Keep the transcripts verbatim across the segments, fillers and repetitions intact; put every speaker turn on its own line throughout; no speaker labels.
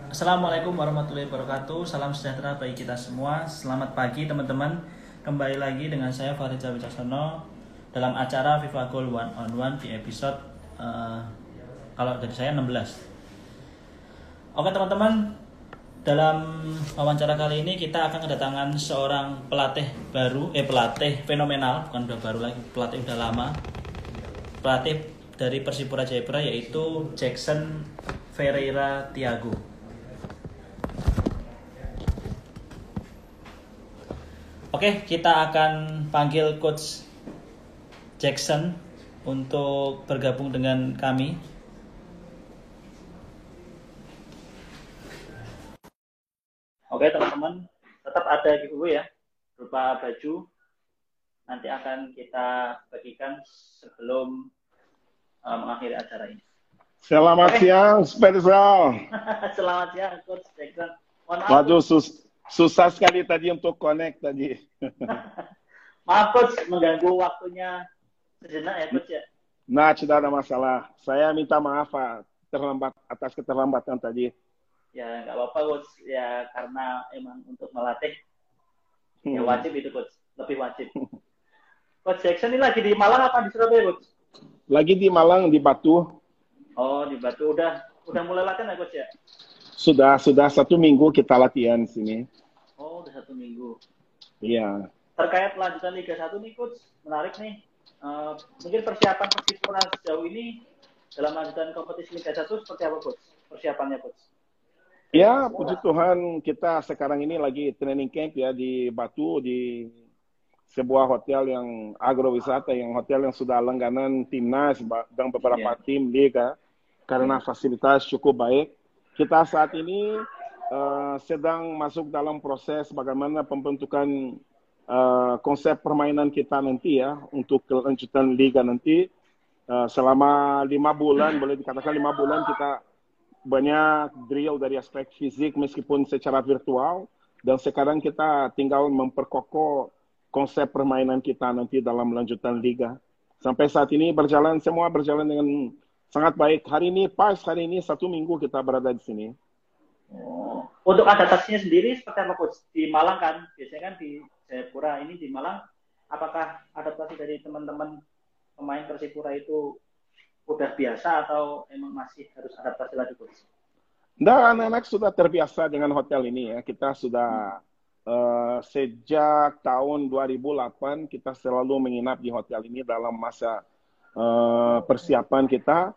Assalamualaikum warahmatullahi wabarakatuh. Salam sejahtera bagi kita semua. Selamat pagi teman-teman. Kembali lagi dengan saya Faridja Wicaksono dalam acara FIFA Goal One on One di episode uh, kalau dari saya enam belas. Oke teman-teman, dalam wawancara kali ini kita akan kedatangan seorang pelatih baru, eh pelatih fenomenal, bukan udah baru lagi, pelatih udah lama. Pelatih dari Persipura Jayapura yaitu Jackson Ferreira Thiago. Oke, kita akan panggil Coach Jackson untuk bergabung dengan kami. Oke teman-teman, tetap ada giveaway ya, berupa baju. Nanti akan kita bagikan sebelum uh, mengakhiri acara ini.
Selamat Oke. siang, Sperzal.
Selamat siang, Coach Jackson.
Waduh, sus susah sekali tadi untuk connect tadi.
Maaf, Coach, mengganggu waktunya sejenak ya, Coach ya?
Nah, tidak ada masalah. Saya minta maaf, Pak, terlambat atas keterlambatan tadi.
Ya, nggak apa-apa, Coach. Ya, karena emang untuk melatih, hmm. ya wajib itu, Coach. Lebih wajib. Coach Jackson ini lagi di Malang apa di Surabaya, Coach?
Lagi di Malang, di Batu.
Oh, di Batu. Udah udah mulai latihan ya, Coach ya?
Sudah, sudah satu minggu kita latihan di sini.
Oh, udah satu minggu.
Iya.
Terkait lanjutan Liga satu nih, Coach. Menarik nih. Uh, mungkin persiapan Persipura sejauh ini dalam lanjutan kompetisi Liga satu seperti apa, Coach? Persiapannya, Coach?
Ya, puji Tuhan kita sekarang ini lagi training camp ya di Batu, di sebuah hotel yang agrowisata, yang hotel yang sudah langganan timnas dan beberapa yeah. tim liga karena fasilitas cukup baik. Kita saat ini uh, sedang masuk dalam proses bagaimana pembentukan uh, konsep permainan kita nanti ya untuk kelanjutan liga nanti. Uh, selama lima bulan, boleh dikatakan lima bulan kita banyak drill dari aspek fisik meskipun secara virtual, dan sekarang kita tinggal memperkokoh konsep permainan kita nanti dalam lanjutan liga. Sampai saat ini berjalan, semua berjalan dengan sangat baik. Hari ini pas, hari ini satu minggu kita berada di sini.
Oh. Untuk adaptasinya sendiri seperti apa, Coach? Di Malang kan, biasanya kan di Jayapura, ini di Malang, apakah adaptasi dari teman-teman pemain Persipura itu udah biasa atau emang masih harus adaptasi lagi, Coach?
Nah, anak-anak sudah terbiasa dengan hotel ini ya. Kita sudah hmm. uh, sejak tahun dua ribu delapan kita selalu menginap di hotel ini dalam masa uh, persiapan kita.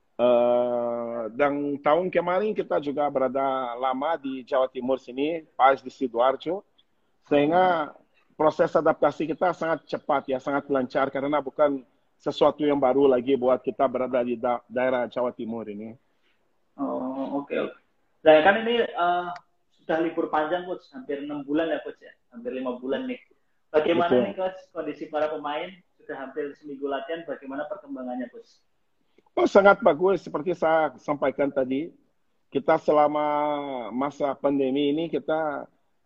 Uh, dan tahun kemarin kita juga berada lama di Jawa Timur sini, pas di Sidoarjo, sehingga proses adaptasi kita sangat cepat ya, sangat lancar karena bukan sesuatu yang baru lagi buat kita berada di da daerah Jawa Timur ini.
Oh, oke. Okay, okay. Nah, kan ini uh, sudah libur panjang, Coach, hampir enam bulan ya, Coach ya, hampir lima bulan nih. Bagaimana Betul. nih, Coach, kondisi para pemain sudah hampir seminggu latihan, bagaimana perkembangannya, Coach?
Oh, sangat bagus. Seperti saya sampaikan tadi, kita selama masa pandemi ini kita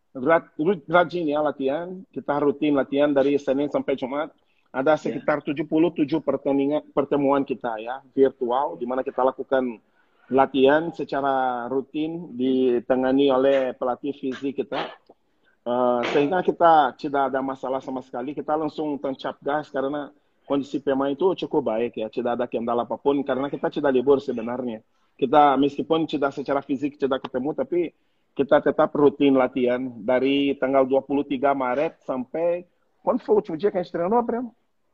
rajin ya latihan. Kita rutin latihan dari Senin sampai Jumat. Ada sekitar yeah. tujuh puluh tujuh pertandingan pertemuan kita ya virtual, di mana kita lakukan latihan secara rutin ditangani oleh pelatih fisik kita. Uh, sehingga kita tidak ada masalah sama sekali. Kita langsung tancap gas karena kondisi pemain itu cukup baik ya, tidak ada kendala apapun karena kita tidak libur sebenarnya. Kita meskipun tidak secara fisik tidak ketemu, tapi kita tetap rutin latihan dari tanggal dua puluh tiga Maret sampai quando foi o último dia que a gente treinou, Breno?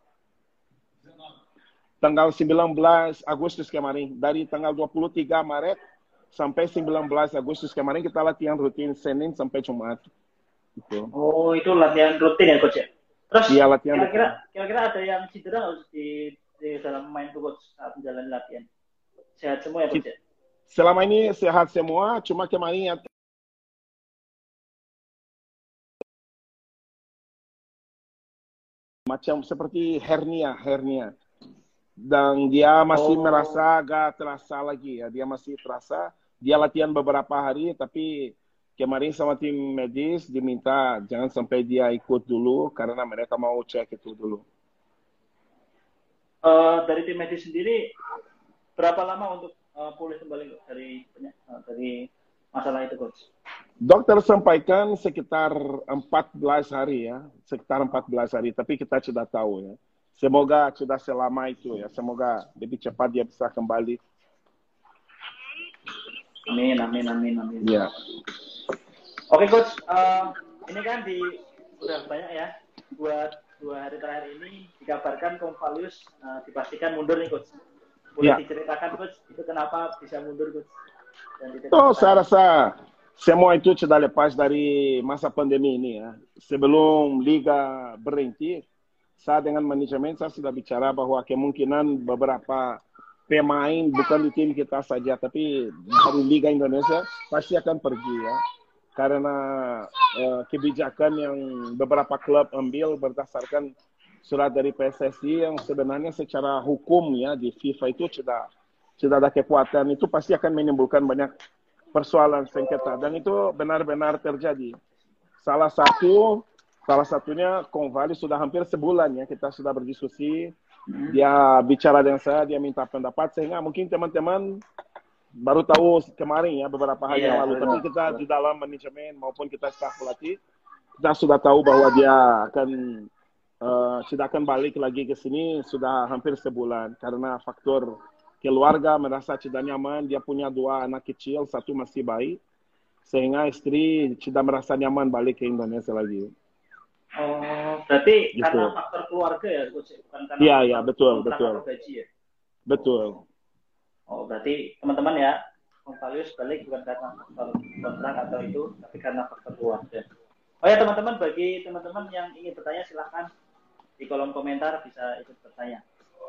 Tanggal sembilan belas Agustus kemarin. Dari tanggal dua puluh tiga Maret sampai sembilan belas Agustus kemarin kita latihan rutin Senin sampai Jumat. Gitu.
Oh, itu latihan rutin ya, Coach ya? Terus
iya, latihan
kira-kira kira-kira ada yang cedera nggak di, di dalam main tuh, Coach, saat menjalani latihan? Sehat semua ya, Coach ya?
Selama ini sehat semua, cuma kemarin ya macam seperti hernia, hernia. Dan dia masih oh. merasa agak terasa lagi ya, dia masih terasa. Dia latihan beberapa hari, tapi kemarin sama tim medis diminta jangan sampai dia ikut dulu karena mereka mau cek itu dulu.
Uh, dari tim medis sendiri berapa lama untuk uh, pulih kembali dari uh, dari masalah itu, Coach?
Dokter sampaikan sekitar empat belas hari ya, sekitar empat belas hari, tapi kita sudah tahu ya. Semoga sudah selama itu ya, semoga lebih cepat dia bisa kembali.
Amin, amin, amin, amin.
Ya.
Oke, Coach, uh, ini kan di udah banyak ya, buat dua hari terakhir ini dikabarkan Konvalius uh, dipastikan mundur nih, Coach. Boleh ya. Diceritakan, Coach, itu kenapa bisa mundur, Coach?
Oh, saya rasa semua itu sudah lepas dari masa pandemi ini ya. Sebelum Liga berhenti, saya dengan manajemen saya sudah bicara bahwa kemungkinan beberapa pemain bukan di tim kita saja, tapi dari Liga Indonesia pasti akan pergi ya. Karena uh, kebijakan yang beberapa klub ambil berdasarkan surat dari P S S I yang sebenarnya secara hukum ya di FIFA itu sudah sudah ada kekuatan, itu pasti akan menimbulkan banyak persoalan sengketa, dan itu benar-benar terjadi. Salah satu, salah satunya Konvalius sudah hampir sebulan ya kita sudah berdiskusi, dia bicara dengan saya, dia minta pendapat, sehingga mungkin teman-teman baru tahu kemarin ya beberapa hari yeah, yang lalu, tapi kita di dalam manajemen maupun kita staf pelatih, kita sudah tahu bahwa dia akan uh, sudah akan balik lagi ke sini sudah hampir sebulan karena faktor keluarga merasa tidak nyaman, dia punya dua anak kecil, satu masih bayi, sehingga istri tidak merasa nyaman balik ke Indonesia lagi.
Oh, berarti gitu. Karena faktor keluarga ya, Coach? Bukan karena
iya, iya, betul, betul.
Gaji ya?
Betul.
Oh, berarti teman-teman ya, Konvalius balik bukan karena faktor kontrak atau itu, tapi karena faktor keluarga. Oh ya teman-teman, bagi teman-teman yang ingin bertanya silahkan di kolom komentar bisa ikut bertanya.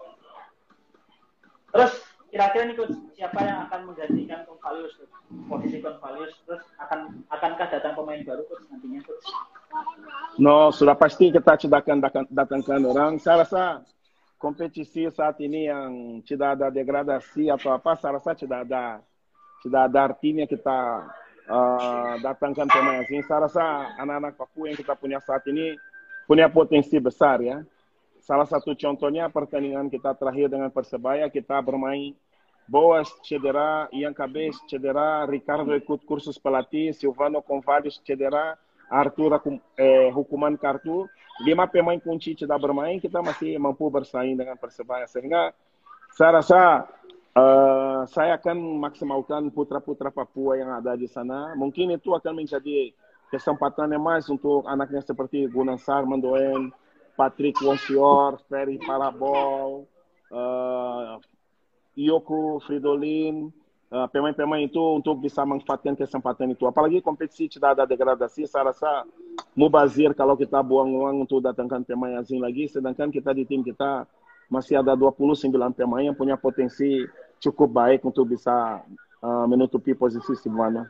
Terus kira-kira nih Coach, siapa yang akan menggantikan Konvalius, posisi Konvalius? Terus akan akankah datang pemain baru Coach nantinya, Coach?
No, sudah pasti kita sudah akan datangkan orang. Saya rasa kompetisi saat ini yang tidak ada degradasi atau apa, saya rasa tidak ada tidak ada artinya kita uh, datangkan pemain asing. Saya rasa anak-anak Papua yang kita punya saat ini punya potensi besar ya. Salah satu contohnya pertandingan kita terakhir dengan Persebaya, kita bermain Boas cedera, Ian Cabes cedera, Ricardo ikut kursus pelatih, Silvano Konvalius cedera, Arthur eh, hukuman kartu, lima pemain kunci tidak bermain, kita masih mampu bersaing dengan Persebaya. Sehingga saya rasa uh, saya akan maksimalkan putra-putra Papua yang ada di sana. Mungkin itu akan menjadi kesempatan emas untuk anaknya seperti Gunansar Mandoen, Patrick Wonsior, Ferry Parabol, uh, Yoko Fridolin, pemain-pemain uh, itu untuk bisa manfaatkan kesempatan itu. Apalagi kompetisi tidak ada degradasi, saya rasa mubazir kalau kita buang uang untuk datangkan pemain asing lagi, sedangkan kita di tim kita masih ada dua puluh sembilan pemain yang punya potensi cukup baik untuk bisa uh, menutupi posisi Silvano.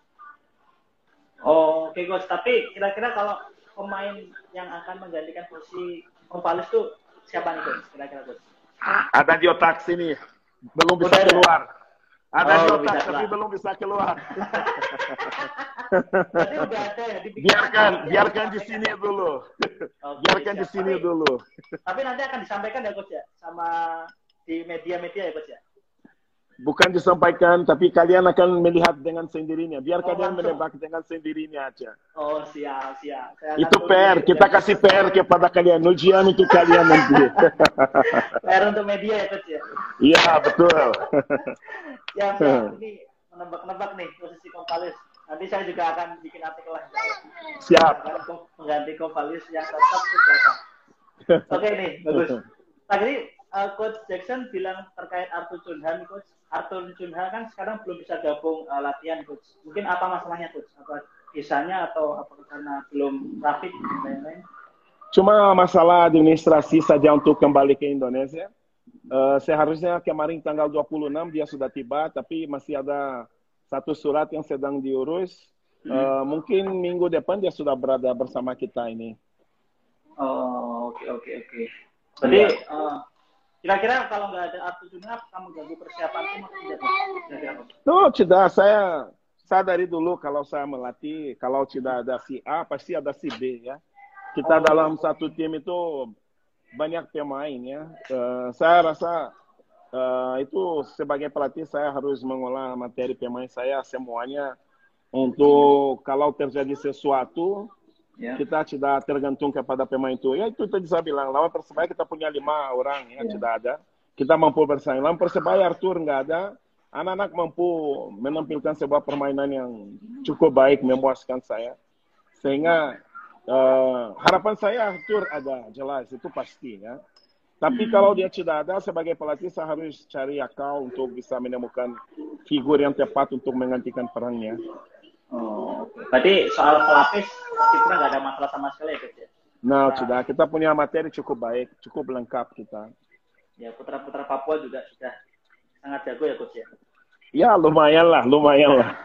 Oh, oke okay, Coach, tapi kira-kira kalau pemain yang akan menggantikan posisi Konvalius itu siapa nih Coach? Kira-kira Coach?
Ada di otak sini, belum bisa udah keluar. Ada
oh,
di otak tapi belum bisa keluar.
Berarti udah ada ya?
Biarkan, biarkan di sini dulu. Okay, biarkan di sini tapi, dulu.
Tapi nanti akan disampaikan ya Coach ya, sama di media-media ya Coach ya?
Bukan disampaikan, tapi kalian akan melihat dengan sendirinya. Biar
oh,
kalian
langsung.
menebak dengan sendirinya aja.
Oh, siap, siap. Saya
itu P R, kita ya. Kasih P R kepada kalian. Ujian untuk kalian nanti.
P R untuk media ya, Coach ya?
Iya, betul.
Ya, siap. Ini menebak-nebak nih posisi Konvalius. Nanti saya juga akan bikin artikel lagi.
Siap.
Mengganti Konvalius yang tetap. Oke nih, bagus. Tadi uh, Coach Jackson bilang terkait Arthur Chunha, Coach. Arthur Chunha kan sekarang belum bisa gabung uh, latihan, Coach. Mungkin apa masalahnya, Coach? Apa visanya atau apa karena belum rapid dan lain-lain?
Cuma masalah administrasi saja untuk kembali ke Indonesia. Uh, seharusnya kemarin tanggal dua puluh enam dia sudah tiba, tapi masih ada satu surat yang sedang diurus. Hmm. Uh, mungkin minggu depan dia sudah berada bersama kita ini.
Oh, oke, oke, oke. Jadi, ya. uh, kira-kira kalau nggak ada Arthur Chunha, kamu ganggu persiapan itu tidak?
Tuh, tidak. Saya, saya dari dulu kalau saya melatih, kalau tidak ada si A, pasti ada si B ya. Kita oh. dalam satu tim itu banyak pemain ya. Uh, saya rasa uh, itu sebagai pelatih saya harus mengolah materi pemain saya semuanya Untuk kalau terjadi sesuatu,
Ya.
kita tidak tergantung kepada pemain itu. Ya itu tadi saya bilang, lawan Persebaya kita punya lima orang ya,
Ya.
tidak ada. Kita mampu bersaing. Lawan Persebaya Arthur nggak ada. Anak-anak mampu menampilkan sebuah permainan yang cukup baik, memuaskan saya. Sehingga uh, harapan saya Arthur ada, jelas itu pasti ya. Tapi kalau dia tidak ada, sebagai pelatih saya harus cari akal untuk bisa menemukan figur yang tepat untuk menggantikan perannya.
Oh, berarti soal pelapis Cipra nggak ada masalah sama sekali ya, Coach ya?
Nah, sudah kita punya materi cukup baik, cukup lengkap kita.
Ya, putra-putra Papua juga sudah sangat jago ya, Coach ya?
Ya, lumayan lah, lumayan lah.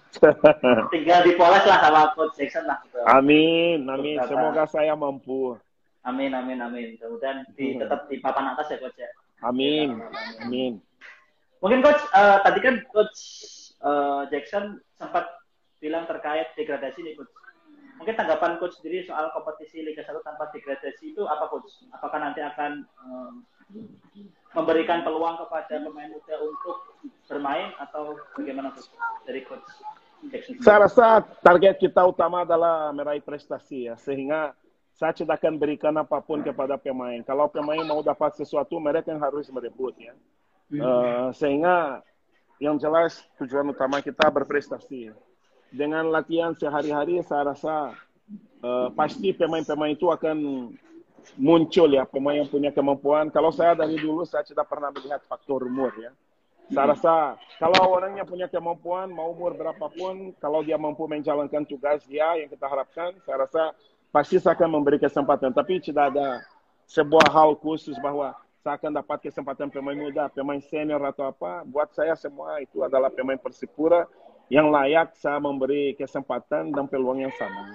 Tinggal dipoles lah sama Coach Jackson lah. Gitu.
Amin, amin. Semoga saya mampu.
Amin, amin, amin. Kemudian di, tetap di papan atas ya, Coach ya?
Amin, amin.
Mungkin Coach, uh, tadi kan Coach uh, Jackson sempat bilang terkait degradasi nih, Coach. Mungkin tanggapan Coach sendiri soal kompetisi Liga satu tanpa degradasi itu apa, Coach? Apakah nanti akan um, memberikan peluang kepada pemain muda untuk bermain atau bagaimana, Coach? Dari Coach Jackson?
Saya rasa target kita utama adalah meraih prestasi ya, sehingga saya tidak akan berikan apapun kepada pemain. Kalau pemain mau dapat sesuatu, mereka yang harus merebut ya. Hmm. Uh, sehingga yang jelas tujuan utama kita berprestasi. Dengan latihan sehari-hari, saya rasa uh, pasti pemain-pemain itu akan muncul ya, pemain yang punya kemampuan. Kalau saya dari dulu, saya tidak pernah melihat faktor umur ya. Saya rasa kalau orangnya punya kemampuan, mau umur berapapun, kalau dia mampu menjalankan tugas dia yang kita harapkan, saya rasa pasti saya akan memberi kesempatan. Tapi tidak ada sebuah hal khusus bahwa saya akan dapat kesempatan pemain muda, pemain senior atau apa. Buat saya semua itu adalah pemain Persipura yang layak saya memberi kesempatan dan peluang yang sama.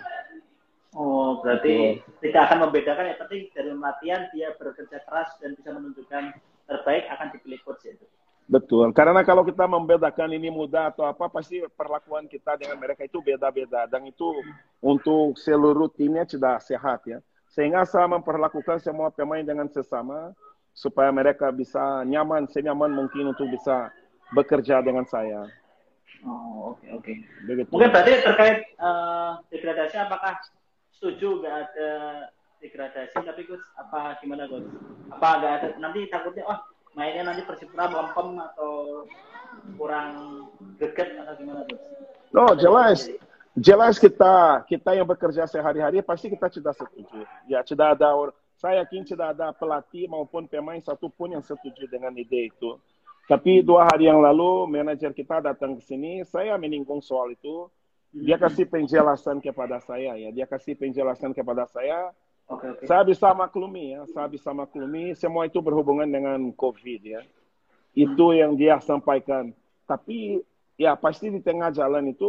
Oh, berarti oh. tidak akan membedakan, yang penting dari latihan dia bekerja keras dan bisa menunjukkan terbaik akan dipilih coach itu.
Betul, karena kalau kita membedakan ini muda atau apa, pasti perlakuan kita dengan mereka itu beda-beda. Dan itu untuk seluruh timnya tidak sehat ya. Sehingga saya memperlakukan semua pemain dengan sesama, supaya mereka bisa nyaman, senyaman mungkin untuk bisa bekerja dengan saya.
Oh, oke, oke. Mungkin berarti terkait uh, degradasi, apakah setuju nggak ada degradasi, tapi Coach, apa gimana Coach? Apa nggak ada, nanti takutnya, oh mainnya nanti Persipura melempem atau kurang greget atau gimana Coach?
No, jelas. Jelas kita kita yang bekerja sehari-hari pasti kita tidak setuju. Ya, tidak ada, saya yakin tidak ada pelatih maupun pemain satupun yang setuju dengan ide itu. Tapi dua hari yang lalu manajer kita datang ke sini, saya menyinggung soal itu. Dia kasih penjelasan kepada saya ya, dia kasih penjelasan kepada saya.
Okay, okay.
Saya bisa maklumi ya, saya bisa maklumi semua itu berhubungan dengan COVID ya. Itu yang dia sampaikan. Tapi ya pasti di tengah jalan itu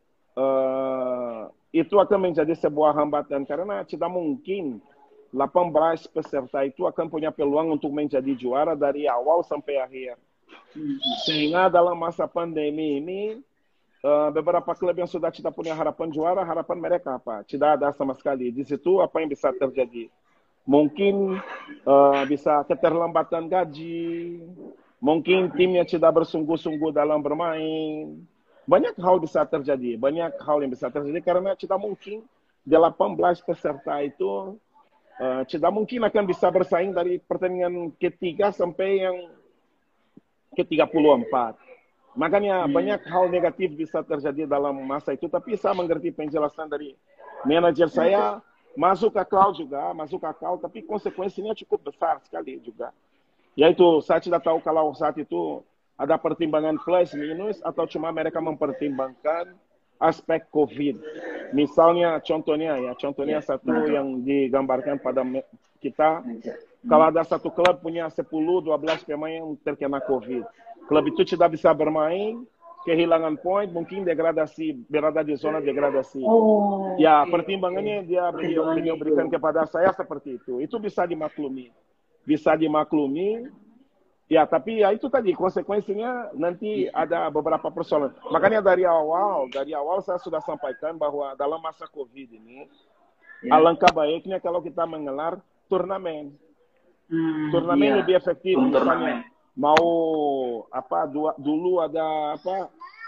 uh, itu akan menjadi sebuah hambatan karena tidak mungkin delapan belas peserta itu akan punya peluang untuk menjadi juara dari awal sampai akhir. Sehingga dalam masa pandemi ini uh, beberapa klub yang sudah kita punya harapan juara, harapan mereka apa? Tidak ada sama sekali. Di situ apa yang bisa terjadi? Mungkin uh, bisa keterlambatan gaji, mungkin timnya tidak bersungguh-sungguh dalam bermain. Banyak hal bisa terjadi, banyak hal yang bisa terjadi karena tidak mungkin delapan belas peserta itu uh, tidak mungkin akan bisa bersaing dari pertandingan ketiga sampai yang ke tiga puluh empat. Makanya hmm. banyak hal negatif bisa terjadi dalam masa itu. Tapi saya mengerti penjelasan dari manajer saya. Masuk akal juga, masuk akal. Tapi konsekuensinya cukup besar sekali juga. Yaitu saya tidak tahu kalau saat itu ada pertimbangan plus minus atau cuma mereka mempertimbangkan aspek COVID. Misalnya contohnya ya, contohnya satu yang digambarkan pada kita. Kalau ada satu klub punya sepuluh dua belas pemain yang terkena COVID. Klub itu tidak bisa bermain, kehilangan poin, mungkin degradasi, berada di zona degradasi.
Oh,
ya, pertimbangannya dia beliau, beliau berikan kepada saya seperti itu. Itu bisa dimaklumi. Bisa dimaklumi. Ya, tapi ya itu tadi konsekuensinya nanti ada beberapa persoalan. Makanya dari awal, dari awal saya sudah sampaikan bahwa dalam masa COVID ini, ya. Alangkah baiknya kalau kita menggelar turnamen. Hmm, turnamen iya. lebih efektif. Misalnya mau apa dua, dulu ada apa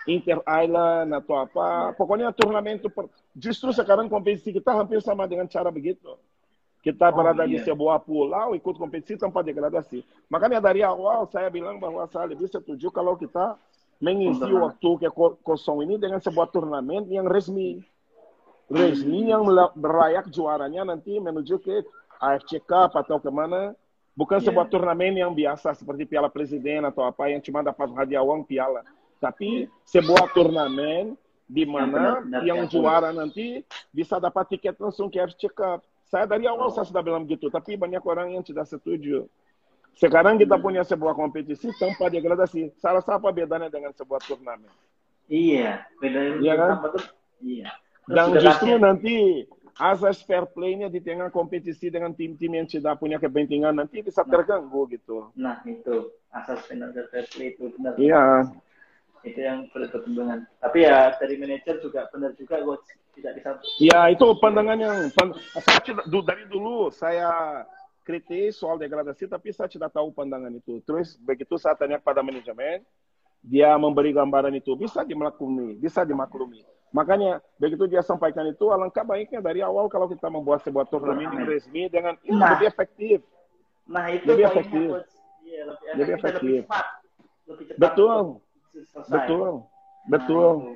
Inter Island atau apa. Pokoknya turnamen itu per... justru sekarang kompetisi kita hampir sama dengan cara begitu. Kita
Oh,
berada di
iya.
sebuah pulau, ikut kompetisi tanpa degradasi. Makanya dari awal saya bilang bahwa saya lebih setuju kalau kita mengisi
Turnamen.
waktu ke kosong ini dengan sebuah turnamen yang resmi. Resmi yang mela- berayak juaranya nanti menuju ke A F C Cup atau kemana. Bukan
Iya.
sebuah turnamen yang biasa seperti Piala Presiden atau apa yang cuma dapat hadiah uang piala. Tapi sebuah turnamen di mana
benar-benar
yang
diakui.
juara nanti bisa dapat tiket langsung ke A F C Cup. Saya dari awal saya sudah bilang gitu, tapi banyak orang yang tidak setuju. Sekarang kita punya sebuah kompetisi tanpa degradasi. Salah apa bedanya dengan sebuah turnamen?
Iya, bedanya
Iya kan?
sama tuh. Iya. Terus
Dan
juga
justru
kasih-
nanti asas fair play-nya di tengah kompetisi dengan tim-tim yang tidak punya kepentingan nanti bisa terganggu gitu.
Nah itu asas financial fair play itu benar.
Iya.
Itu yang perlu pertimbangan. Tapi ya dari manajer juga benar juga, coach, tidak bisa.
Ya itu pandangan yang pan, saya tidak- du- dari dulu saya kritis soal degradasi, tapi saya tidak tahu pandangan itu. Terus begitu saya tanya pada manajemen, dia memberi gambaran itu bisa dimaklumi, bisa dimaklumi. Makanya begitu dia sampaikan itu, alangkah baiknya dari awal kalau kita membuat sebuah turnamen yang resmi dengan ini
Nah.
lebih efektif.
Nah itu
Lebih
poinnya,
efektif.
coach. Iya, lebih efektif,
Lebih
dan
efektif.
lebih cepat. Lebih cepat
Betul,
untuk selesai.
betul,
Nah,
betul.
itu.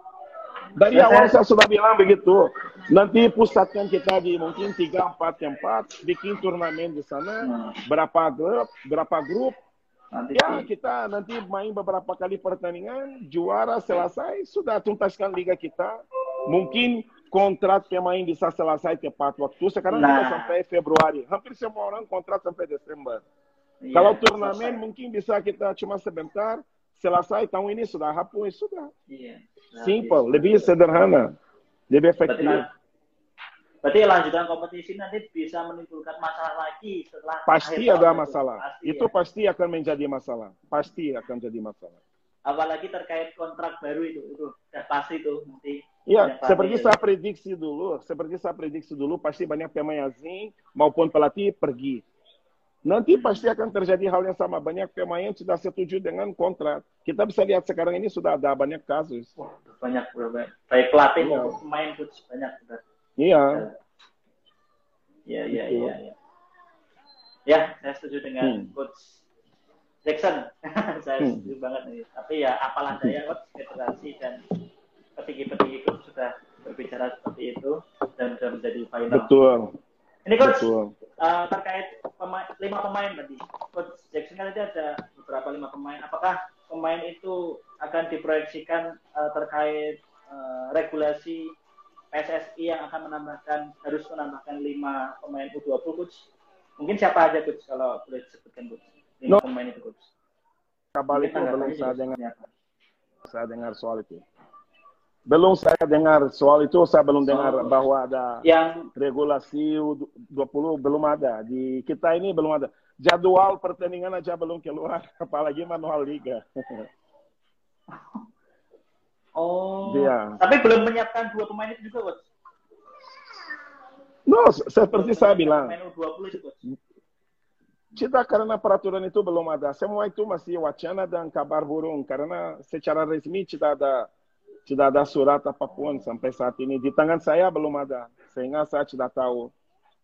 Dari
Saya-
awal saya sudah bilang begitu. Nanti pusatkan kita di mungkin tiga empat tempat, bikin turnamen di sana,
Hmm.
berapa grup, berapa grup.
Nanti
Ya
sih.
kita nanti main beberapa kali pertandingan, juara selesai, sudah tuntaskan liga kita. Mungkin kontrak pemain bisa selesai tepat waktu. Sekarang kita
Nah.
sampai Februari. Hampir semua orang kontrak sampai Desember.
Iya,
Kalau turnamen
selesai.
mungkin bisa kita cuma sebentar, selesai tahun ini sudah hapus, sudah.
Iya. Nah,
Simple,
iya.
lebih sederhana, lebih
Berarti,
efektif.
nah, berarti lanjutan kompetisi nanti bisa menimbulkan masalah lagi setelah
Pasti
akhir
ada
tahun itu.
masalah.
Pasti,
Itu
ya.
pasti akan menjadi masalah. Pasti akan jadi masalah.
Apalagi terkait kontrak baru itu, itu udah pasti tuh nanti.
Iya,
Yang
seperti
pasti-
saya prediksi dulu, seperti saya prediksi dulu, pasti banyak pemain asing maupun pelatih pergi. Nanti pasti akan terjadi hal yang sama. Banyak pemain tidak setuju dengan kontrak. Kita bisa lihat sekarang ini sudah ada banyak kasus.
Wah, banyak berapa? Baik pelatih
Iya.
maupun pemain coach banyak sudah.
Iya,
Ya, ya,
Betul.
ya, ya. Ya, saya setuju dengan
Hmm.
coach Jackson. Saya
Hmm.
setuju banget nih. Tapi ya apalah daya coach federasi dan petinggi-petinggi coach sudah berbicara seperti itu dan sudah menjadi final.
betul,
Ini coach
betul.
eh, terkait pemain, lima pemain tadi. Coach Jackson kan tadi ada beberapa lima pemain. Apakah pemain itu akan diproyeksikan eh, terkait eh, regulasi P S S I yang akan menambahkan harus menambahkan lima pemain U dua puluh coach? Mungkin siapa aja coach kalau boleh disebutkan coach? Lima
No.
pemain itu coach.
Kabar
Mungkin
itu belum
tanggapannya
saya
juga
dengar,
seperti apa?
saya dengar soal itu. Belum saya dengar soal itu, saya belum dengar
Oh.
bahwa ada
Yang
regulasi U dua puluh, belum ada. Di kita ini belum ada. Jadwal pertandingan aja belum keluar, apalagi manual liga.
oh,
Iya.
tapi belum menyiapkan dua pemain itu juga coach.
No, seperti
Belum
saya
menyiapkan
bilang,
Pemain U dua puluh itu coach.
kita karena peraturan itu belum ada. Semua itu masih wacana dan kabar burung. Karena secara resmi tidak ada tidak ada surat apapun sampai saat ini. Di tangan saya belum ada. Sehingga saya tidak tahu.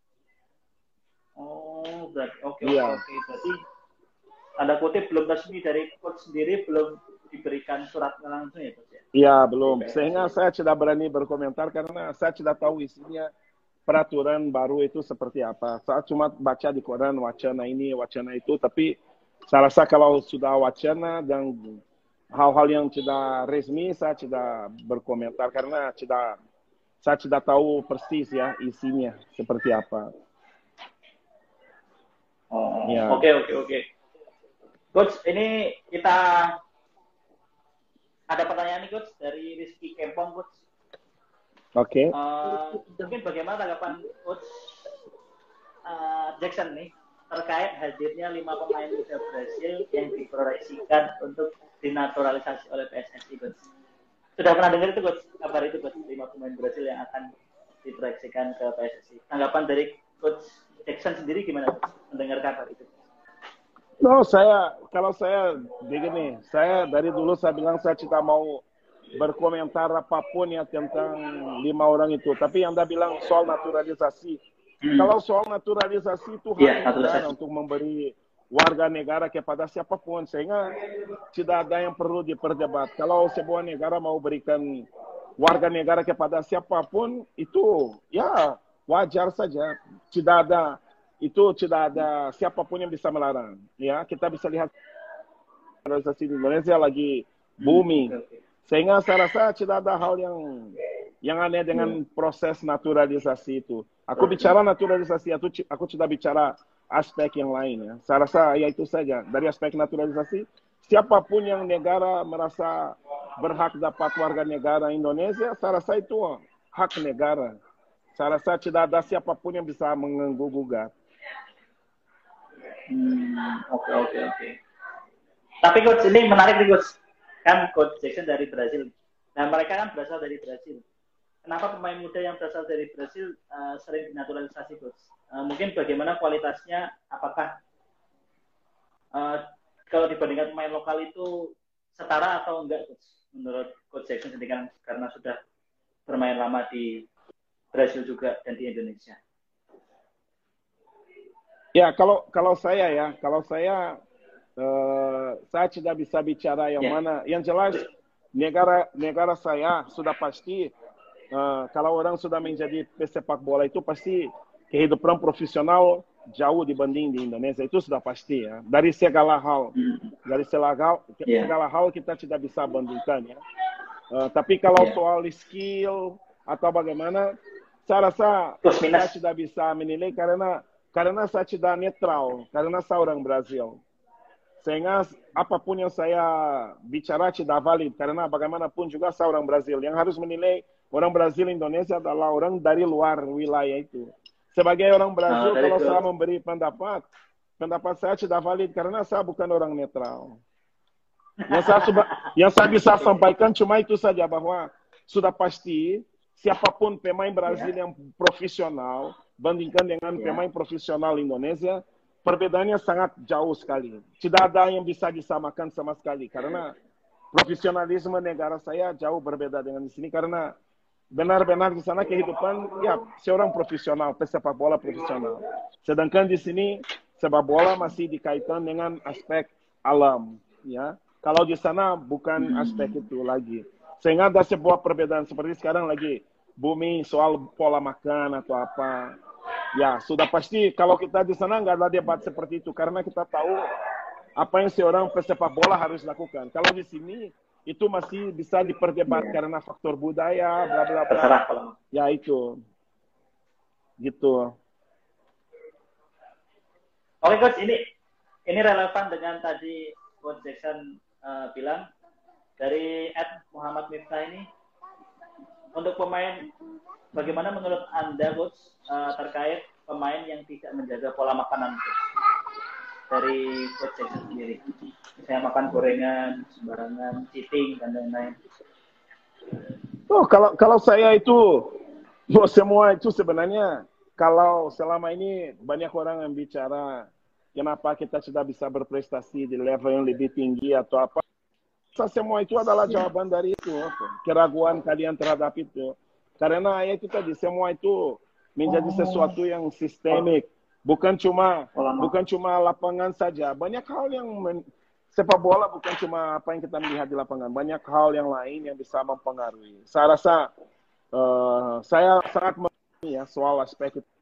Oh, berarti oke
Iya.
oke oke. Berarti tanda kutip belum resmi dari coach sendiri, belum diberikan suratnya langsung ya coach ya?
Iya, belum. Sehingga saya tidak berani berkomentar karena saya tidak tahu isinya peraturan baru itu seperti apa. Saya cuma baca di koran wacana ini, wacana itu. Tapi saya rasa kalau sudah wacana dan hal-hal yang tidak resmi, saya tidak berkomentar karena tidak, saya tidak tahu persis ya isinya seperti apa.
Oh,
Ya.
oke oke oke. Coach, ini kita ada pertanyaan nih coach dari Rizky Kempong coach.
Oke.
Eh, mungkin bagaimana tanggapan coach eh, Jackson nih terkait hadirnya lima pemain muda Brasil yang diproyeksikan untuk dinaturalisasi oleh P S S I coach. Sudah pernah dengar itu coach kabar itu coach lima pemain Brasil yang akan diproyeksikan ke P S S I. Tanggapan dari coach Jackson sendiri gimana coach mendengar kabar itu?
No, saya kalau saya begini, saya dari dulu saya bilang saya tidak mau berkomentar apapun ya tentang lima orang itu. Tapi Anda bilang soal naturalisasi. Hmm. Kalau soal naturalisasi itu hak
yeah,
negara untuk memberi warga negara kepada siapapun, sehingga tidak ada yang perlu diperdebat. Kalau sebuah negara mau berikan warga negara kepada siapapun, itu ya wajar saja. Tidak ada itu tidak ada siapapun yang bisa melarang. Ya, kita bisa lihat naturalisasi di Indonesia lagi booming. Sehingga saya rasa tidak ada hal yang yang aneh dengan proses naturalisasi itu. Aku bicara naturalisasi, aku, aku tidak bicara aspek yang lain. Ya. Saya rasa ya itu saja. Dari aspek naturalisasi, siapapun yang negara merasa berhak dapat warga negara Indonesia, saya rasa itu hak negara. Saya rasa tidak ada siapapun yang bisa mengganggu-gugat.
Hmm, oke, oke, oke. Tapi coach, ini menarik nih coach. Kan coach Jackson dari Brasil. Nah, mereka kan berasal dari Brasil. Kenapa pemain muda yang berasal dari Brasil uh, sering dinaturalisasi, coach? Uh, mungkin bagaimana kualitasnya? Apakah uh, kalau dibandingkan pemain lokal itu setara atau enggak, coach? Menurut coach Jackson sendiri kan karena sudah bermain lama di Brasil juga dan di Indonesia.
Ya, kalau kalau saya ya, kalau saya uh, saya tidak bisa bicara yang yeah. mana. Yang jelas negara negara saya sudah pasti. Uh, kalau orang sudah menjadi pesepak bola itu pasti kehidupan profesional jauh dibanding di Indonesia, itu sudah pasti ya. Dari segala hal, dari segala, yeah. segala hal kita tidak bisa bandingkan ya. Uh, tapi kalau yeah. soal skill atau bagaimana, saya rasa saya tidak bisa menilai karena karena saya tidak netral, karena saya orang Brazil. Sehingga apapun yang saya bicara tidak valid karena bagaimanapun juga saya orang Brazil. Yang harus menilai orang Brazil Indonesia adalah orang dari luar wilayah itu. Sebagai orang Brazil, nah, kalau saya memberi pendapat, pendapat saya tidak valid karena saya bukan orang netral. Yang saya, yang saya bisa sampaikan cuma itu saja, bahwa sudah pasti siapapun pemain Brazil yang profesional bandingkan dengan pemain profesional Indonesia, perbedaannya sangat jauh sekali. Tidak ada yang bisa disamakan sama sekali karena profesionalisme negara saya jauh berbeda dengan di sini karena benar-benar di sana kehidupan ya seorang profesional, pesepak bola profesional. Sedangkan di sini sepak bola masih dikaitkan dengan aspek alam, ya. Kalau di sana bukan aspek itu lagi. Sehingga ada sebuah perbedaan seperti sekarang lagi booming soal pola makan atau apa. Ya, sudah pasti kalau kita di sana nggak ada debat seperti itu karena kita tahu apa yang seorang pesepak bola harus lakukan. Kalau di sini itu masih bisa diperdebat yeah. karena faktor budaya, bla bla bla. Ya itu, gitu.
Oke coach, ini ini relevan dengan tadi coach Jackson uh, bilang dari Ed Muhammad Miftah ini untuk pemain, bagaimana menurut Anda coach uh, terkait pemain yang tidak menjaga pola makanan coach? Dari coach Jackson sendiri, saya makan gorengan sembarangan, cheating dan lain-lain.
Oh, kalau kalau saya itu, oh, semua itu sebenarnya kalau selama ini banyak orang yang bicara kenapa kita sudah bisa berprestasi di level yang lebih tinggi atau apa, semua itu adalah jawaban dari itu, keraguan kalian terhadap itu. Karena ya itu tadi, semua itu menjadi sesuatu yang sistemik. Bukan cuma bukan cuma lapangan saja. Banyak hal yang men, sepak bola bukan cuma apa yang kita melihat di lapangan. Banyak hal yang lain yang bisa mempengaruhi. Saya rasa uh, saya sangat mengerti ya soal aspek itu.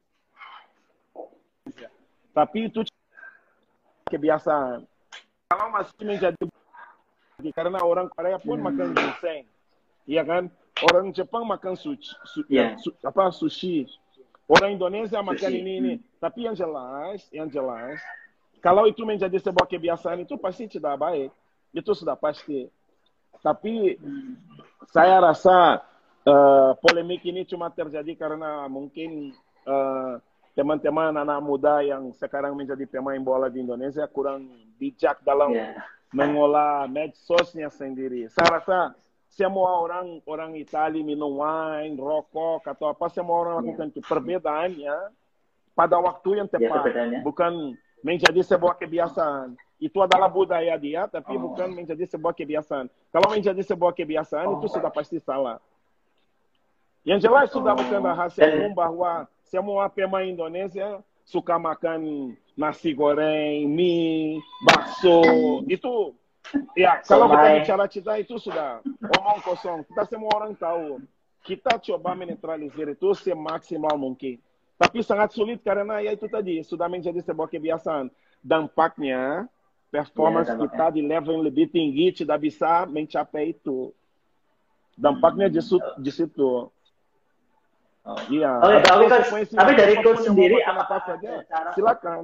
Tapi itu kebiasaan. Kalau masih menjadi karena orang Korea pun makan ginseng, iya kan? Orang Jepang makan sushi, su, yeah. su, apa sushi. Orang Indonesia makan ini ini, tapi yang jelas, yang jelas, kalau itu menjadi sebuah kebiasaan itu pasti tidak baik, itu sudah pasti. Tapi saya rasa uh, polemik ini cuma terjadi karena mungkin teman-teman uh, anak muda yang sekarang menjadi pemain bola di Indonesia kurang bijak dalam yeah. mengolah medsosnya sendiri. Saya rasa semua orang orang Italia minum wine, rokok atau apa, semua orang lakukan itu. Perbedaannya pada waktu yang tepat, ya, bukan menjadi sebuah kebiasaan. Itu adalah budaya dia, tapi
Oh.
bukan menjadi sebuah kebiasaan. Kalau menjadi sebuah kebiasaan,
Oh.
itu sudah pasti salah. Yang jelas sudah
Oh.
bukan rahasia
Dan-
umum bahwa semua pemain Indonesia suka makan nasi goreng, mie, bakso. Itu, ya kalau kita
Somai.
bicara cita itu sudah omong kosong. Kita semua orang tahu. Kita coba menetralisir itu semaksimal mungkin. Tapi sangat sulit karena ya itu tadi sudah menjadi sebuah kebiasaan. Dampaknya performance
Ya, dampaknya.
kita di level yang lebih tinggi tidak bisa mencapai itu. Dampaknya di, su- di situ.
Oh.
Iya.
Oke,
Ada
tapi, coach,
konsekuensi
tapi dari
apapun
coach
yang
sendiri
mau makan
apa
apa saja.
cara
Silakan.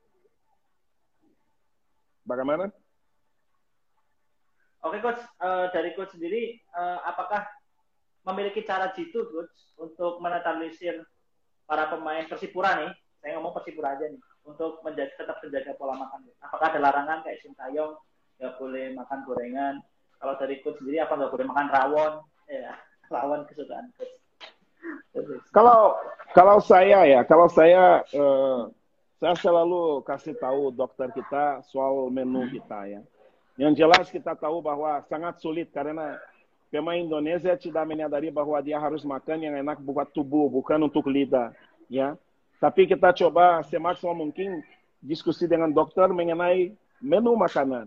Bagaimana?
Oke coach, Eh, dari coach sendiri eh, apakah memiliki cara jitu coach untuk menetralisir para pemain Persipura nih? Saya ngomong Persipura aja nih, untuk menjaga, tetap menjaga pola makan. Apakah ada larangan kayak Sintayong nggak boleh makan gorengan? Kalau dari coach sendiri apa nggak boleh makan rawon? Ya, rawon kesukaan coach.
Kalau kalau saya ya, kalau saya eh, saya selalu kasih tahu dokter kita soal menu kita ya. Yang jelas kita tahu bahwa sangat sulit karena pemain Indonesia tidak menyadari bahwa dia harus makan yang enak buat tubuh, bukan untuk lidah, ya. Tapi kita coba semaksimal mungkin diskusi dengan dokter mengenai menu makanan.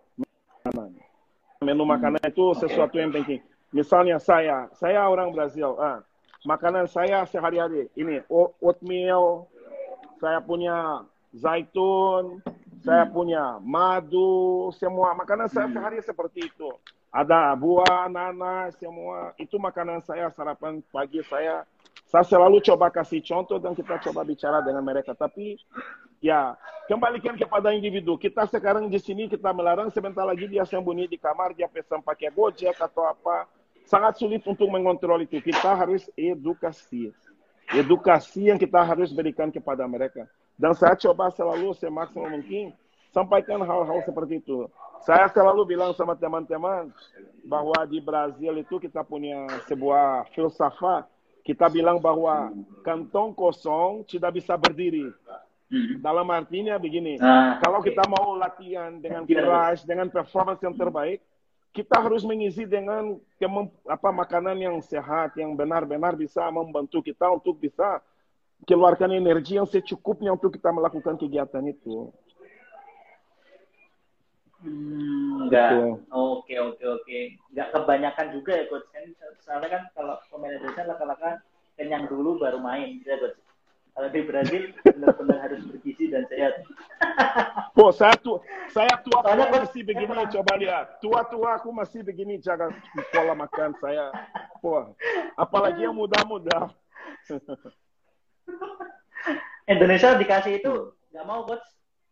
Menu makanan itu sesuatu yang penting. Misalnya saya, saya orang Brazil, ah, makanan saya sehari-hari ini oatmeal, saya punya zaitun, saya punya madu, semua makanan saya sehari seperti itu. Ada buah, nanas, semua itu makanan saya, sarapan pagi saya. Saya selalu coba kasih contoh dan kita coba bicara dengan mereka. Tapi ya kembalikan kepada individu. Kita sekarang di sini kita melarang, sebentar lagi dia sembunyi di kamar, dia pesan pakai Gojek atau apa. Sangat sulit untuk mengontrol itu. Kita harus edukasi. Edukasi yang kita harus berikan kepada mereka. Dan saya coba selalu semaksimal mungkin sampaikan hal-hal seperti itu. Saya selalu bilang sama teman-teman bahwa di Brazil itu kita punya sebuah filsafat. Kita bilang bahwa kantong kosong tidak bisa berdiri. Dalam artinya begini,
Ah,
kalau
oke.
kita mau latihan dengan
Gimana,
keras, dengan performance yang terbaik, kita harus mengisi dengan kemamp- apa makanan yang sehat, yang benar-benar bisa membantu kita untuk bisa keluarkan energi yang secukupnya untuk kita melakukan kegiatan itu.
Hmm, enggak.
Betul.
Oke, oke, oke. Enggak kebanyakan juga ya coach. Kan soalnya kan kalau pemain Indonesia laka-laka kenyang dulu baru main, ya coach. Kalau di Brazil benar-benar harus bergizi dan sehat.
Oh, saya tu, saya tua tua
Soalnya, Coach,
masih
saya
begini,
pernah-
coba lihat. Tua-tua aku masih begini jaga pola makan saya. Wah, apalagi yang muda-muda.
Indonesia dikasih itu nggak mau coach.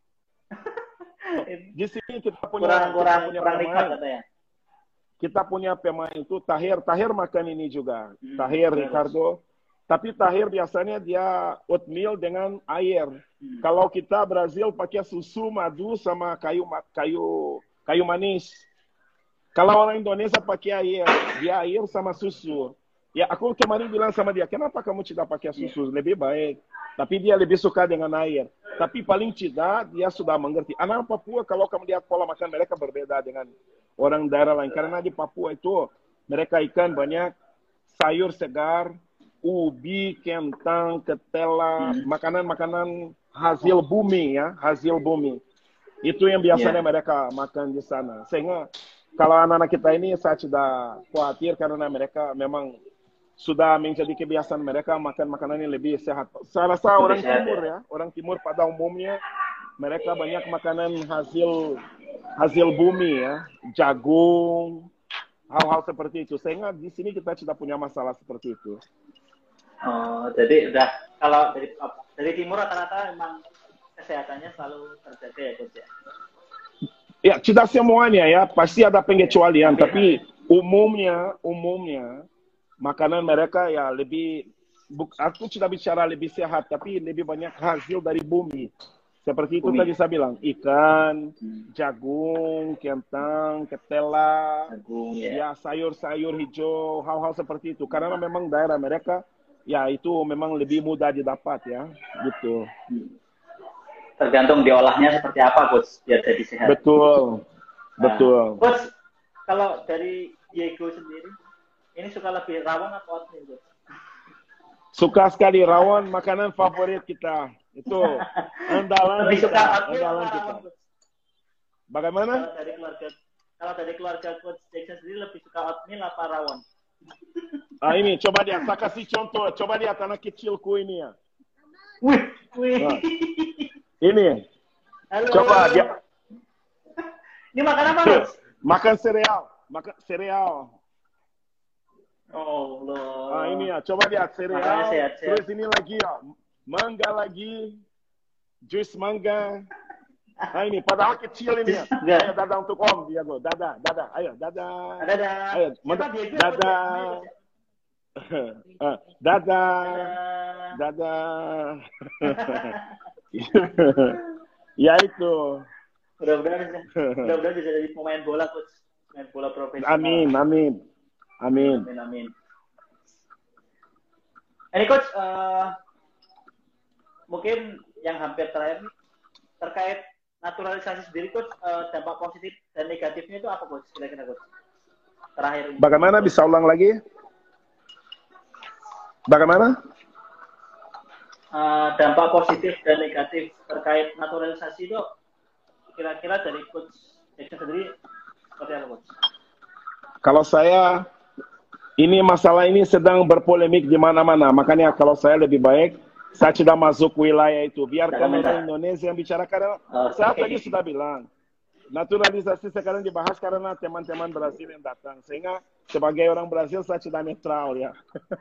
Di sini kita punya,
kurang kurang
kita punya
kurang nikmat
pemain.
katanya.
Kita punya pemain itu Tahir. Tahir makan ini juga.
Hmm,
Tahir,
betul.
Ricardo. Tapi Tahir biasanya dia oatmeal dengan air.
Hmm.
Kalau kita Brazil pakai susu, madu sama kayu ma- kayu kayu manis. Kalau orang Indonesia pakai air, dia air sama susu. Ya aku kemarin bilang sama dia, kenapa kamu tidak pakai susu? Lebih baik. Tapi dia lebih suka dengan air. Tapi paling tidak dia sudah mengerti. Anak Papua kalau kamu lihat pola makan mereka berbeda dengan orang daerah lain. Karena di Papua itu mereka ikan banyak, sayur segar, ubi, kentang, ketela, makanan-makanan hasil bumi ya, hasil bumi. Itu yang biasanya
Yeah.
mereka makan di sana. Sehingga kalau anak-anak kita ini saya tidak khawatir karena mereka memang sudah menjadi kebiasaan mereka makan makanan yang lebih sehat. Saya rasa
Lebih
orang
sehat,
timur ya, orang timur pada umumnya mereka banyak makanan hasil hasil bumi ya, jagung, hal-hal seperti itu. Sehingga di sini kita tidak punya masalah seperti itu.
Oh, jadi udah kalau dari dari timur rata-rata memang kesehatannya selalu terjaga ya coach ya.
Ya, tidak semuanya ya, pasti ada pengecualian, tapi umumnya, umumnya makanan mereka ya lebih, aku tidak bicara lebih sehat, tapi lebih banyak hasil dari bumi. Seperti itu
Bumi.
tadi saya bilang, ikan,
Hmm.
jagung, kentang, ketela,
Jagung ya.
ya sayur-sayur hijau, hal-hal seperti itu. Karena memang daerah mereka, ya itu memang lebih mudah didapat ya, gitu.
Hmm. tergantung diolahnya seperti apa, Coach, biar jadi sehat.
Betul,
Nah,
betul.
Coach, kalau dari Diego sendiri, ini suka lebih rawon atau oatmeal, Coach?
Suka sekali rawon, makanan favorit kita. Itu andalan
Lebih
kita,
suka oatmeal
andalan
apa
kita.
rawon, Coach?
Bagaimana?
Kalau dari keluarga, kalau dari keluarga Coach Jackson sendiri lebih suka oatmeal apa rawon?
Ah ini, coba lihat, saya kasih contoh. Coba lihat anak kecilku ini ya.
Wih, wih.
Nah, ini,
Halo.
coba dia
Ini makan apa, Coach?
makan sereal, makan sereal.
Oh, Allah.
Ah ini ya, coba lihat sereal.
Makannya sehat-sehat.
Terus ini lagi ya, mangga lagi, jus mangga. Ah ini, padahal kecil ini ya.
Jus mangga.
Ayo dadah untuk Om, Diego. Dadah, dadah. Ayo, dadah.
Dadah.
Ayo,
Siapa
mantap.
Diego?
Dadah. Ah, dadah.
Dadah.
Dadah. Ya itu.
Mudah-mudahan bisa, mudah-mudahan bisa jadi pemain bola, Coach. Pemain bola profesional.
Amin, amin. Amin.
Amin, amin. Ini Coach, eh, mungkin yang hampir terakhir nih, terkait naturalisasi sendiri, Coach, eh, dampak positif dan negatifnya itu apa, Coach? Kira-kira, Coach? Terakhir ini.
Bagaimana bisa ulang lagi? Bagaimana?
Eh, dampak positif dan negatif terkait naturalisasi itu kira-kira dari Coach Jackson sendiri seperti apa, Coach?
Kalau saya, ini masalah ini sedang berpolemik di mana-mana. Makanya kalau saya lebih baik, saya tidak masuk wilayah itu. Biarkan orang Indonesia yang bicarakan.
Okay.
Saya tadi sudah bilang, naturalisasi sekarang dibahas karena teman-teman Brasil yang datang. Sehingga sebagai orang Brasil, saya tidak netral ya.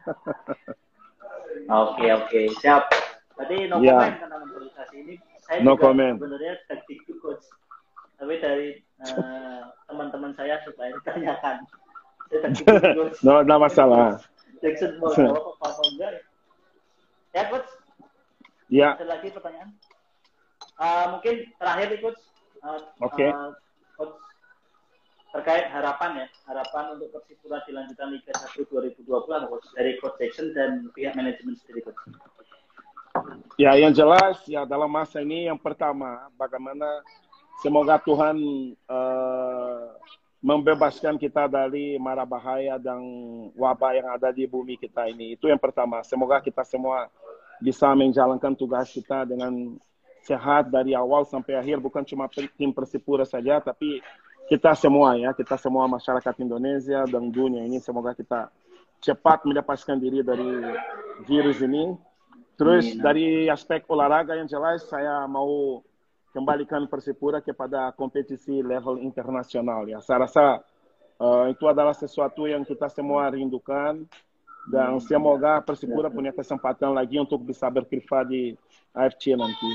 Oke, oke. Siap. Berarti no
Ya.
comment tentang naturalisasi ini. Saya
No
juga
comment.
sebenarnya terdidik, Coach. Tapi dari eh, teman-teman saya supaya ditanyakan. Saya terdidik, Coach.
No, tidak masalah.
Jackson mau jawab apa apa enggak? Ya, Coach.
Ya,
Ada lagi pertanyaan? Eh, mungkin terakhir nih, Coach. Eh,
Oke.
eh, Coach, terkait harapan ya, harapan untuk Persipura di lanjutan Liga satu dua ribu dua puluh apa, Coach? Dari Coach Jackson dan pihak manajemen sendiri, Coach.
ya yang jelas ya dalam masa ini yang pertama, bagaimana semoga Tuhan eh, membebaskan kita dari mara bahaya dan wabah yang ada di bumi kita ini. Itu yang pertama. Semoga kita semua bisa menjalankan tugas kita dengan sehat dari awal sampai akhir, bukan cuma tim Persipura saja, tapi kita semua ya, kita semua masyarakat Indonesia dan dunia ini, semoga kita cepat mendapatkan diri dari virus ini. Terus dari aspek olahraga yang jelas, saya mau kembalikan Persipura kepada kompetisi level internasional ya. Saya rasa uh, itu adalah sesuatu yang kita semua rindukan, dan semoga Persipura punya kesempatan lagi untuk bisa berkiprah di A F C nanti.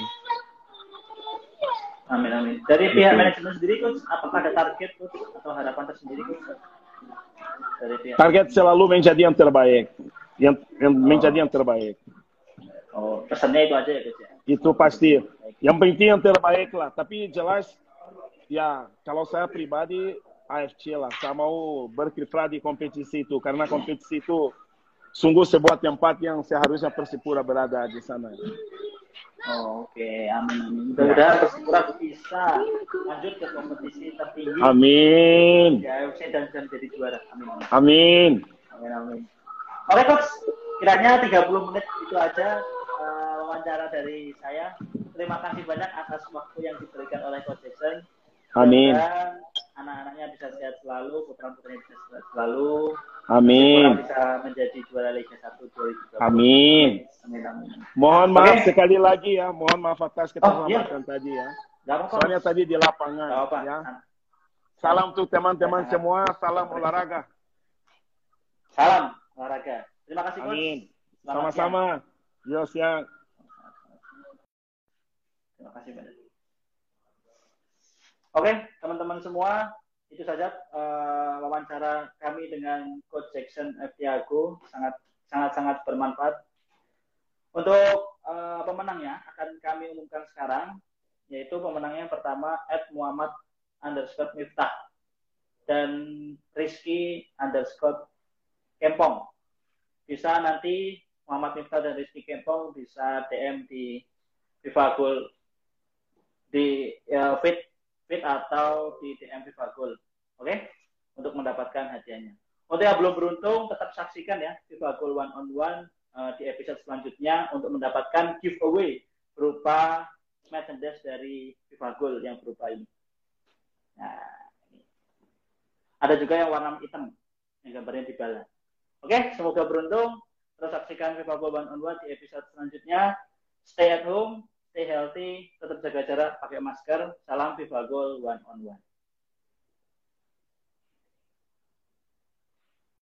Amin, amin. Dari pihak manajemen sendiri, Coach, apakah ada target, Coach, atau harapan tersendiri, Coach? Dari pihak
Target selalu menjadi yang terbaik, yang, yang oh. menjadi yang terbaik.
Oh, pesannya itu aja ya, Coach?
Itu pasti. Yang penting yang terbaik lah. Tapi jelas, ya kalau saya pribadi A F C lah. Saya mau berkiprah di kompetisi itu, karena kompetisi itu sungguh sebuah tempat yang seharusnya Persipura berada di sana.
Oh, oke, okay. Amin, amin. Mudah-mudahan Persipura bisa lanjut ke kompetisi tertinggi.
Amin.
Di A F C dan dan jadi juara. Amin.
Amin.
Amin, amin. Oke, Coach. Kiranya tiga puluh menit itu aja uh, wawancara dari saya. Terima kasih banyak atas waktu yang diberikan oleh Coach Jackson.
Amin.
Dan anak-anaknya bisa sehat selalu, putra-putranya bisa sehat selalu.
Amin.
Bisa menjadi juara Liga satu dua ribu dua puluh.
Amin.
Amin, amin.
Mohon
Okay.
maaf sekali lagi ya, mohon maaf atas keterlambatan
oh, iya.
tadi ya.
Apa-apa.
Soalnya tadi di lapangan
apa-apa.
ya. Salam untuk teman-teman semua, salam olahraga.
Salam olahraga. Terima kasih, Coach.
Amin. Sama-sama. Yo, siang.
Terima kasih banyak. Oke, teman-teman semua, itu saja uh, wawancara kami dengan Coach Jackson F. Tiago, sangat sangat sangat bermanfaat. Untuk uh, pemenangnya akan kami umumkan sekarang, yaitu pemenangnya yang pertama at Muhammad underscore Miftah dan Rizky underscore Kempong. Bisa nanti Muhammad Miftah dan Rizky Kempong bisa D M di FIFA Goal di ya, feed feed atau di D M FIFA Gold. Oke? Okay? Untuk mendapatkan hadiahnya. Untuk yang belum beruntung tetap saksikan ya FIFA Gold One on One uh, di episode selanjutnya untuk mendapatkan giveaway berupa merchandise dari FIFA Gold yang berupa ini. Nah, ini. Ada juga yang warna hitam yang gambarnya di bala. Oke, semoga beruntung. Terus saksikan FIFA Gold One on One di episode selanjutnya. Stay at home, stay healthy, tetap jaga jarak, pakai masker. Salam FIFA Gold One on One.